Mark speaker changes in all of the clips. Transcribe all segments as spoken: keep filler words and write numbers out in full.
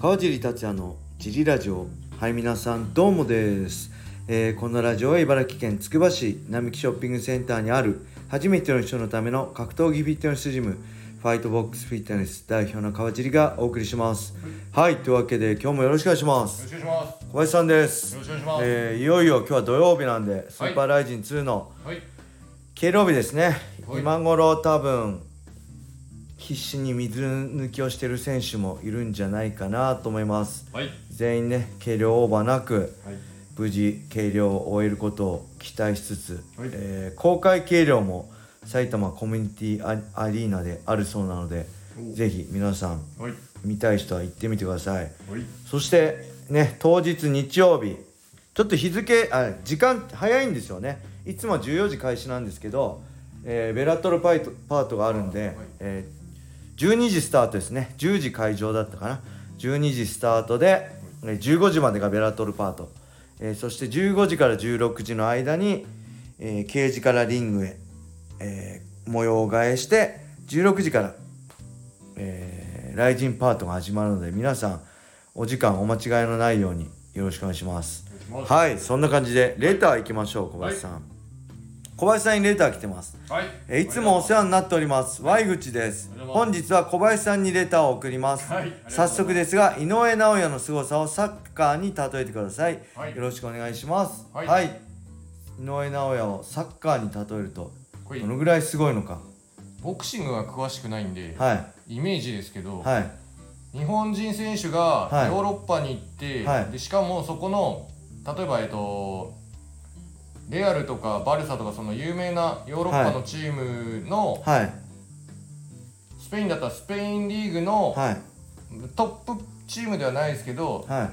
Speaker 1: 川尻達也のジリラジオ。はい、皆さんどうもです、えー、このラジオは茨城県つくば市並木ショッピングセンターにある初めての人のための格闘技フィットネスジム、ファイトボックスフィットネス代表の川尻がお送りします。はい、はい、というわけで今日もよろしくお願いします。
Speaker 2: よろしくお願いします。
Speaker 1: 小林さんです。
Speaker 2: よろしくお願いします。
Speaker 1: えー、いよいよ今日は土曜日なんでスーパーライジンツーの敬老日ですね、はい、今頃多分必死に水抜きをしている選手もいるんじゃないかなと思います、はい、全員ね軽量オーバーなく、はい、無事軽量を終えることを期待しつつ、はい、えー、公開軽量も埼玉コミュニティアリーナであるそうなので、ぜひ皆さん、はい、見たい人は行ってみてください、はい、そしてね当日日曜日ちょっと日付あ時間早いんですよね。いつもじゅうよじ開始なんですけど、えー、ベラトルパート、パートがあるんで、はい、えーじゅうにじスタートですね。じゅうじ会場だったかな。じゅうにじスタートでじゅうごじまでがベラトルパート、えー、そしてじゅうごじからじゅうろくじの間に、えー、ケージからリングへ、えー、模様替えしてじゅうろくじから、えー、ライジンパートが始まるので、皆さんお時間お間違いのないようによろしくお願いします。はい、そんな感じでレター行きましょう。小林さん、はい、小林さんにレター来てます、はい、えいつもお世話になっております。 Y 口です。本日は小林さんにレターを送ります、はい、早速ですが井上尚弥の凄さをサッカーに例えてください、はい、よろしくお願いします。はい、はい、井上尚弥をサッカーに例えるとどのぐらいすごいのか。
Speaker 2: ボクシングが詳しくないんで、
Speaker 1: はい、
Speaker 2: イメージですけど、
Speaker 1: はい、
Speaker 2: 日本人選手がヨーロッパに行って、はい、でしかもそこの例えばえっとレアルとかバルサとかその有名なヨーロッパのチームの、はい、スペインだったらスペインリーグの、はい、トップチームではないですけど、はい、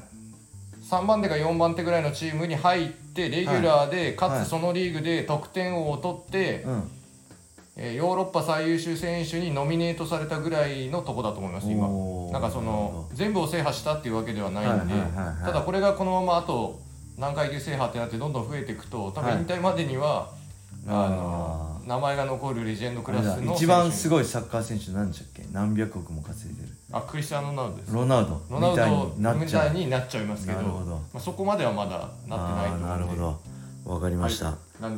Speaker 2: さんばん手かよんばん手ぐらいのチームに入ってレギュラーで、はい、かつそのリーグで得点王を取って、はい、えー、ヨーロッパ最優秀選手にノミネートされたぐらいのとこだと思います今。なんかその全部を制覇したっていうわけではないんで、ただこれがこのままあと何階級制覇ってなってどんどん増えていくと、多分引退までには、はい、あの名前が残るレジェンドクラスの選手。
Speaker 1: 一番すごいサッカー選手なんでしたっけ。何百億も稼いでる。
Speaker 2: あ、クリスティアーノ・ロナウドです。
Speaker 1: ロナウド
Speaker 2: ロナウドみたいになっちゃいますけど、なるほど、まあ、そこまではまだなってないと思うんで。
Speaker 1: なるほど、わかりました、はい、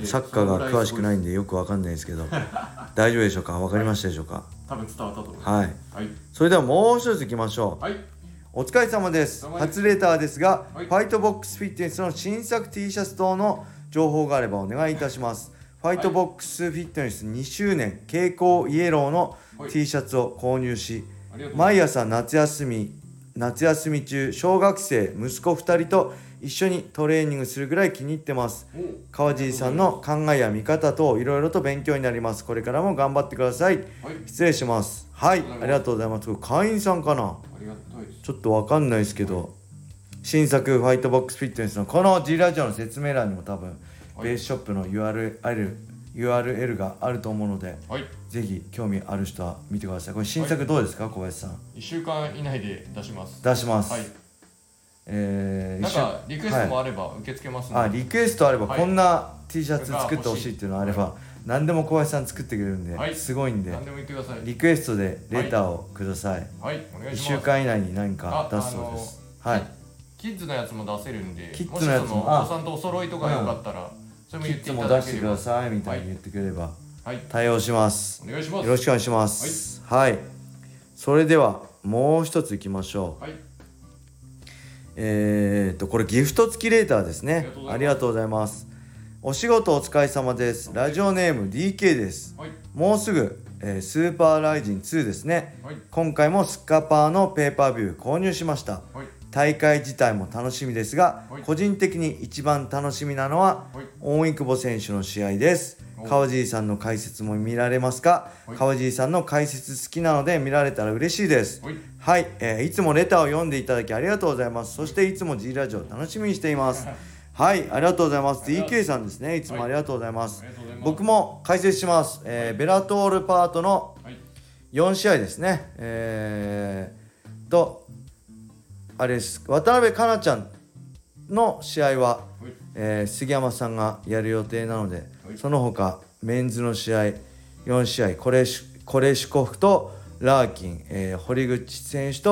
Speaker 1: サッカーが詳しくないんでよくわかんないですけど大丈夫でしょうか。わかりましたでしょうか。
Speaker 2: 多分伝わったと思います。
Speaker 1: はい、はい、それではもう一ついきましょう。はい、お疲れ様です。初レターですが、はい、ファイトボックスフィットネスの新作 T シャツ等の情報があればお願いいたします。ファイトボックスフィットネスにしゅうねん蛍光イエローの T シャツを購入し、毎朝夏休み夏休み中小学生息子ふたりと一緒にトレーニングするぐらい気に入ってます。川尻さんの考えや見方といろいろと勉強になります。これからも頑張ってください、はい、失礼します。はい、ありがとうございます。会員さんかな、ちょっとわかんないですけど、新作ファイトボックスフィットネスのこの G ラジオの説明欄にも多分ベースショップの ユーアールエル, ユーアールエル があると思うので、はい、ぜひ興味ある人は見てください。これ新作どうですか、はい、小林さん。
Speaker 2: いっしゅうかん以内で出します
Speaker 1: 出します、はい、
Speaker 2: えー、なんかリクエストもあれば受け付けますので、
Speaker 1: はい、あリクエストあれば、はい、こんな T シャツ作ってほしいっていうのあれば、はい、何でも小林さん作ってくれるんで、はい、すごいんで
Speaker 2: 何でも言ってください。
Speaker 1: リクエストでレターをください。
Speaker 2: はい、お願いします。いっ
Speaker 1: しゅうかん以内に何か出すそうです。はい、
Speaker 2: キッズのやつも出せるんで、
Speaker 1: キッズのやつも
Speaker 2: お子さんとお揃いとかよかったら、うん、それも言っていただければ、キッズも出してくださいみたいに言ってくれれば、はい、対応します。 お願いします。
Speaker 1: よろしくお願いします。はい、はい、それではもう一ついきましょう。はい、えーとこれギフト付きレーターですね。ありがとうございます。お仕事お疲れ様です。ラジオネーム ディーケー です、はい、もうすぐ、えー、スーパーライジンツーですね、はい、今回もスカパーのペーパービュー購入しました、はい、大会自体も楽しみですが、はい、個人的に一番楽しみなのは、はい、大井久保選手の試合です。川尻さんの解説も見られますか？はい、川尻さんの解説好きなので見られたら嬉しいです。はい、はい、えー、いつもレターを読んでいただきありがとうございます。そしていつも G ラジオを楽しみにしていますはい、ありがとうございます。 ディーケー さんですね、いつもありがとうございます、はい、僕も解説します、えーはい、ベラトールパートのよんしあいですね、えーとあれです、渡辺香菜ちゃんの試合は、はい、えー、杉山さんがやる予定なので、はい、その他メンズの試合よんしあい、コレシュコフとラーキン、えー、堀口選手と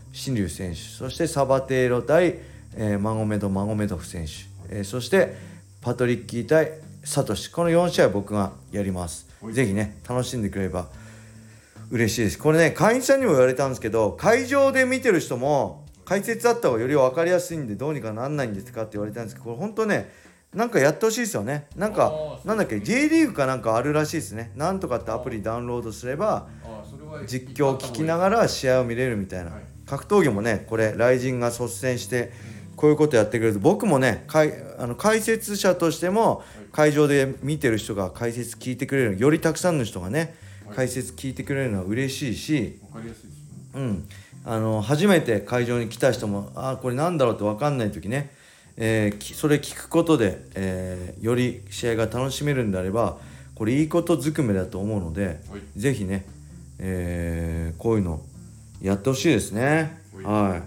Speaker 1: 新竜選手、そしてサバテーロ対、えー、マゴメド・マゴメドフ選手、えー、そしてパトリッキー対サトシ、このよん試合僕がやります。ぜひね楽しんでくれれば嬉しいです。これね会員さんにも言われたんですけど、会場で見てる人も解説あった方がより分かりやすいんでどうにかなんないんですかって言われたんですけど、これ本当ねなんかやってほしいですよね。なんかなんだっけ J リーグかなんかあるらしいですね。なんとかってアプリダウンロードすれば実況を聞きながら試合を見れるみたいな。格闘技もねこれライジンが率先してこういうことやってくれると、僕もねかいあの解説者としても会場で見てる人が解説聞いてくれる、よりたくさんの人がね解説聞いてくれるのは嬉しいし、
Speaker 2: わかりやすいですね。
Speaker 1: うん、あの初めて会場に来た人もあこれなんだろうって分かんない時ね、えー、それ聞くことで、えー、より試合が楽しめるんであればこれいいことずくめだと思うので、ぜひね、えー、こういうのやってほしいですね。はい。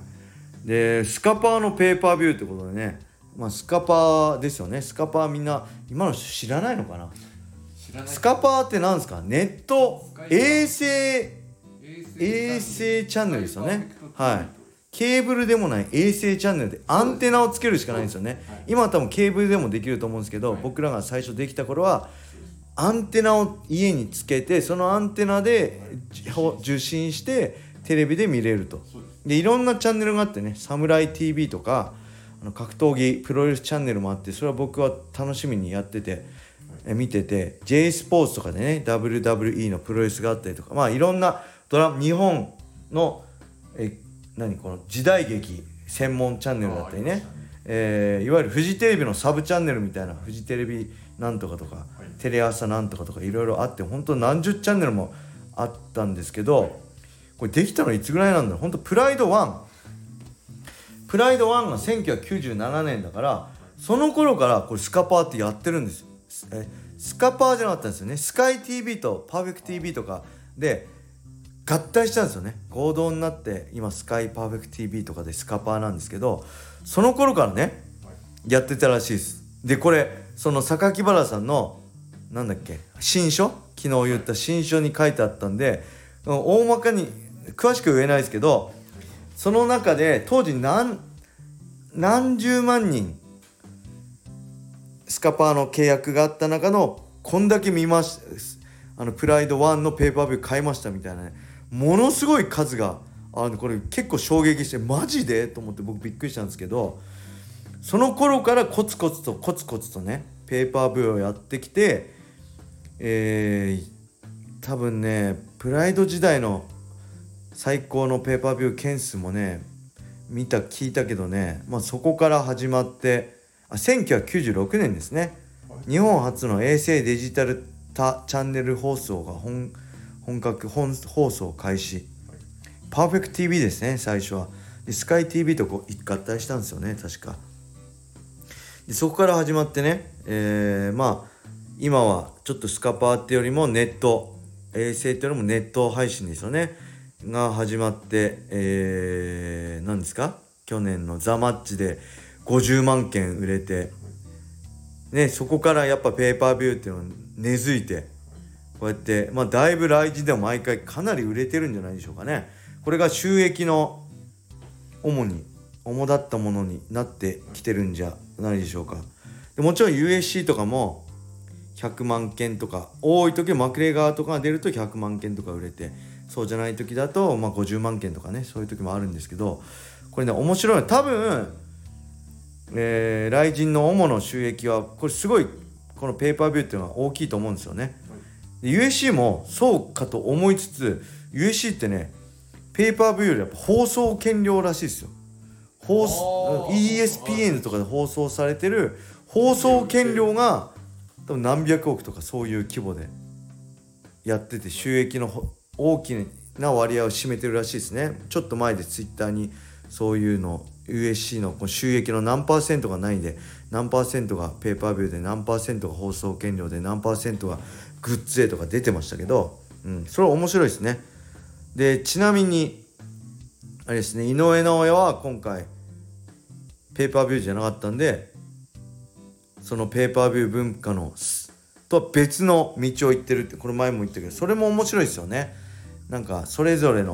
Speaker 1: でスカパーのペーパービューってことでね、まあ、スカパーですよね。スカパーみんな今の人知らないのかな。スカパーって何ですか？ネット衛星衛星チャンネルですよね。はい。ケーブルでもない衛星チャンネルでアンテナをつけるしかないんですよね。今は多分ケーブルでもできると思うんですけど、僕らが最初できた頃はアンテナを家につけて、そのアンテナで受信してテレビで見れると。でいろんなチャンネルがあってね、サムライ ティーブイ とかあの格闘技プロレスチャンネルもあって、それは僕は楽しみにやっててえ見てて、 J スポーツとかでね ダブリューダブリューイー のプロレスがあったりとか、まあいろんなドラ日本のえ何この時代劇専門チャンネルだったりね、えー、いわゆるフジテレビのサブチャンネルみたいな、フジテレビなんとかとか、はい、テレ朝なんとかとかいろいろあって、本当何十チャンネルもあったんですけど、はい、これできたのいつぐらいなんだろう。本当プライドワンプライドワンがせんきゅうひゃくきゅうじゅうななねんだから、その頃からこれスカパーってやってるんですよ。えスカパーじゃなかったんですよね。スカイ ティーブイ とパーフェクト ティーブイ とかで合体したんですよね。合同になって今スカイパーフェクト ティーブイ とかでスカパーなんですけど、その頃からねやってたらしいです。でこれその榊原さんのなんだっけ新書、昨日言った新書に書いてあったんで大まかに詳しく言えないですけど、その中で当時何何十万人スカパーの契約があった中のこんだけ見ましあのプライドワンのペーパービュー買いましたみたいなね、ものすごい数があのこれ結構衝撃して、マジでと思って僕びっくりしたんですけど、その頃からコツコツとコツコツとねペーパービューをやってきて、えー、多分ねプライド時代の最高のペーパービュー件数もね見た聞いたけどね、まあ、そこから始まってあせんきゅうひゃくきゅうじゅうろくねんですね、はい、日本初の衛星デジタル多チャンネル放送が 本, 本格本放送開始、はい、パーフェクト ティーブイ ですね最初は。でスカイ ティーブイ とこう合体したんですよね確か。でそこから始まってね、えー、まあ今はちょっとスカパーってよりもネット衛星ってよりもネット配信ですよねが始まって、えー、何ですか去年のザマッチでごじゅうまんけん売れて、ね、そこからやっぱペーパービューっていうのは根付いてこうやって、まあ、だいぶ来日でも毎回かなり売れてるんじゃないでしょうかね。これが収益の主に主だったものになってきてるんじゃないでしょうか。でもちろん ユーエフシー とかもひゃくまんけんとか、多い時マクレガーとかが出るとひゃくまんけんとか売れて、そうじゃない時だとまあごじゅうまんけんとかね、そういう時もあるんですけど、これね面白いの多分、えー、来人の主の収益はこれすごいこのペーパービューっていうのは大きいと思うんですよね。で ユーエフシー もそうかと思いつつ ユーエフシー ってねペーパービューよりやっぱ放送権料らしいですよ。放送 イーエスピーエヌ とかで放送されてる放送権料が多分何百億とかそういう規模でやってて、収益の大きな割合を占めてるらしいですね。ちょっと前でツイッターにそういうの ユーエフシー の収益の何パーセントがないで何パーセントがペーパービューで何パーセントが放送権料で何パーセントがグッズへとか出てましたけど、うん、それは面白いですね。でちなみにあれですね、井上尚弥は今回ペーパービューじゃなかったんで、そのペーパービュー文化のとは別の道を行ってるって、これ前も言ったけどそれも面白いですよね。なんかそれぞれの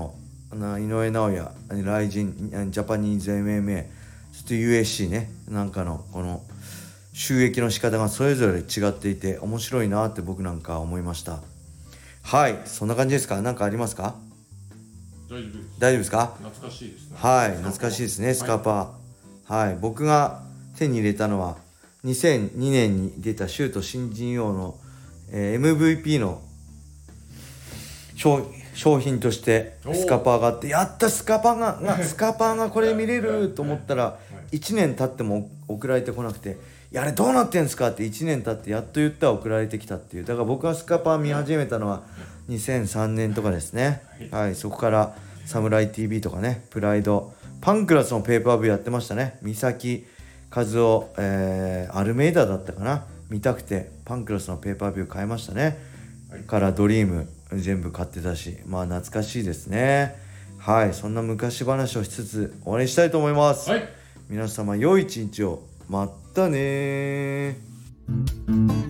Speaker 1: な井上尚弥、ライジン、ジャパニーズ エムエムエー、そして ユーエフシー ね、なんかのこの収益の仕方がそれぞれ違っていて面白いなって僕なんか思いました。はい、そんな感じですか。何かありますか。
Speaker 2: 大丈夫です。
Speaker 1: 大丈夫ですか。
Speaker 2: 懐かしいですね。
Speaker 1: はい、懐かしいですね、スカパー。はい、はい、僕が手に入れたのはにせんにねんに出たシュート新人王の、えー、エムブイピー の商商品としてスカパーがあって、やったスカパーががスカパーがこれ見れると思ったらいちねん経っても送られてこなくて、いやあれどうなってんすかっていちねん経ってやっと言ったら送られてきたっていう。だから僕はスカパー見始めたのはにせんさんねんとかですね。はい、そこからサムライ ティーブイ とかね、プライド、パンクラスのペーパービューやってましたね。三崎和夫、えー、アルメイダだったかな、見たくてパンクラスのペーパービュー買いましたね。はい、からドリーム全部買ってたし、まあ懐かしいですね。はい、そんな昔話をしつつ終わりにしたいと思います。はい、皆様良い一日を。またねー。